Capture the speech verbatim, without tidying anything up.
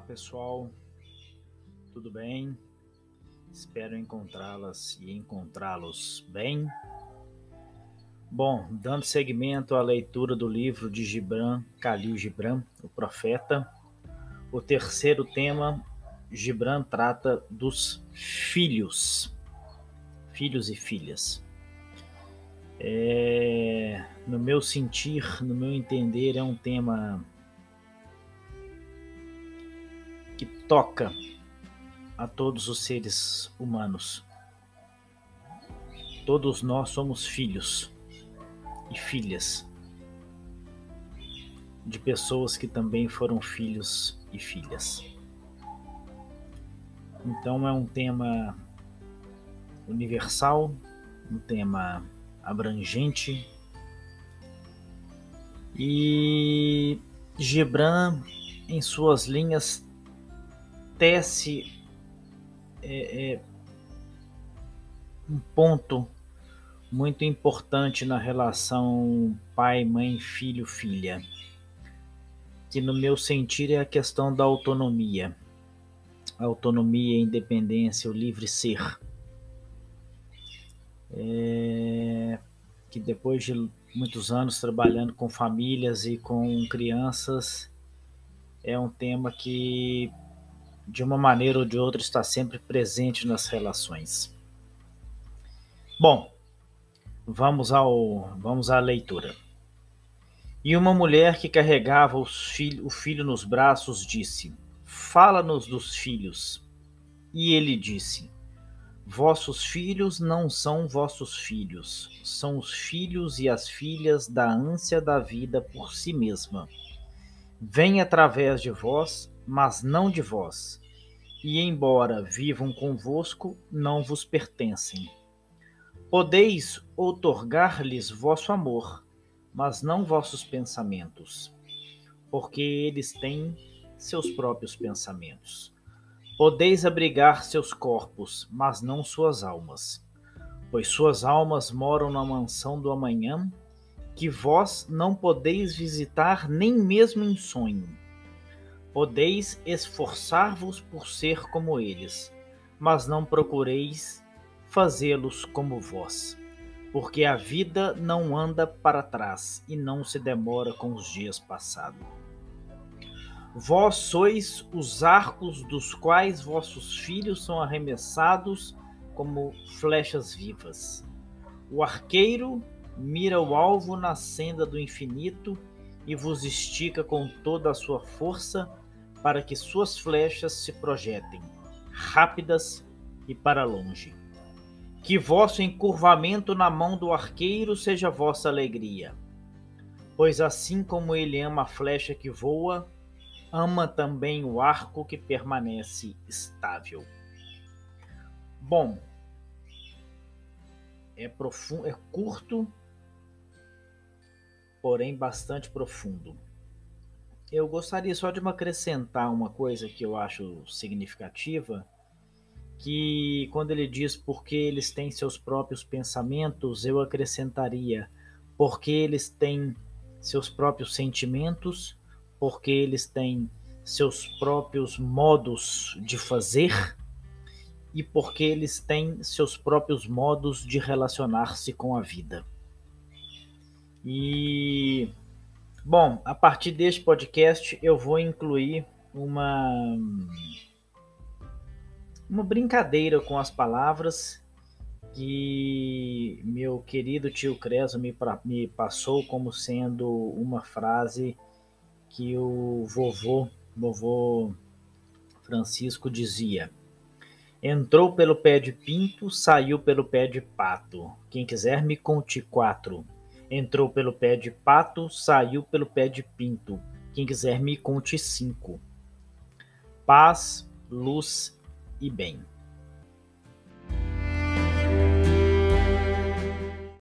pessoal, tudo bem? Espero encontrá-las e encontrá-los bem. Bom, dando seguimento à leitura do livro de Gibran, Khalil Gibran, o profeta, o terceiro tema, Gibran trata dos filhos, filhos e filhas. É, no meu sentir, no meu entender, é um tema que toca a todos os seres humanos. Todos nós somos filhos e filhas de pessoas que também foram filhos e filhas. Então é um tema universal, um tema abrangente, e Gibran, em suas linhas, tece é, é, um ponto muito importante na relação pai, mãe, filho, filha, que no meu sentir é a questão da autonomia, a autonomia, a independência, o livre ser, é, que depois de muitos anos trabalhando com famílias e com crianças, é um tema que de uma maneira ou de outra está sempre presente nas relações. Bom, vamos ao vamos à leitura. E uma mulher que carregava os filho, o filho nos braços disse: Fala-nos dos filhos. E ele disse: Vossos filhos não são vossos filhos, são os filhos e as filhas da ânsia da vida por si mesma. Vêm através de vós, mas não de vós, e embora vivam convosco, não vos pertencem. Podeis outorgar-lhes vosso amor, mas não vossos pensamentos, porque eles têm seus próprios pensamentos. Podeis abrigar seus corpos, mas não suas almas, pois suas almas moram na mansão do amanhã, que vós não podeis visitar nem mesmo em sonho. Podeis esforçar-vos por ser como eles, mas não procureis fazê-los como vós, porque a vida não anda para trás e não se demora com os dias passados. Vós sois os arcos dos quais vossos filhos são arremessados como flechas vivas. O arqueiro mira o alvo na senda do infinito e vos estica com toda a sua força para que suas flechas se projetem, rápidas e para longe. Que vosso encurvamento na mão do arqueiro seja vossa alegria, pois assim como ele ama a flecha que voa, ama também o arco que permanece estável. Bom, é profundo, é curto, porém bastante profundo. Eu gostaria só de acrescentar uma coisa que eu acho significativa, que quando ele diz porque eles têm seus próprios pensamentos, eu acrescentaria porque eles têm seus próprios sentimentos, porque eles têm seus próprios modos de fazer e porque eles têm seus próprios modos de relacionar-se com a vida. E, bom, a partir deste podcast eu vou incluir uma, uma brincadeira com as palavras que meu querido tio Creso me, me passou como sendo uma frase que o vovô, vovô Francisco dizia: entrou pelo pé de pinto, saiu pelo pé de pato. Quem quiser me conte quatro. Entrou pelo pé de pato, saiu pelo pé de pinto. Quem quiser me conte cinco. Paz, luz e bem.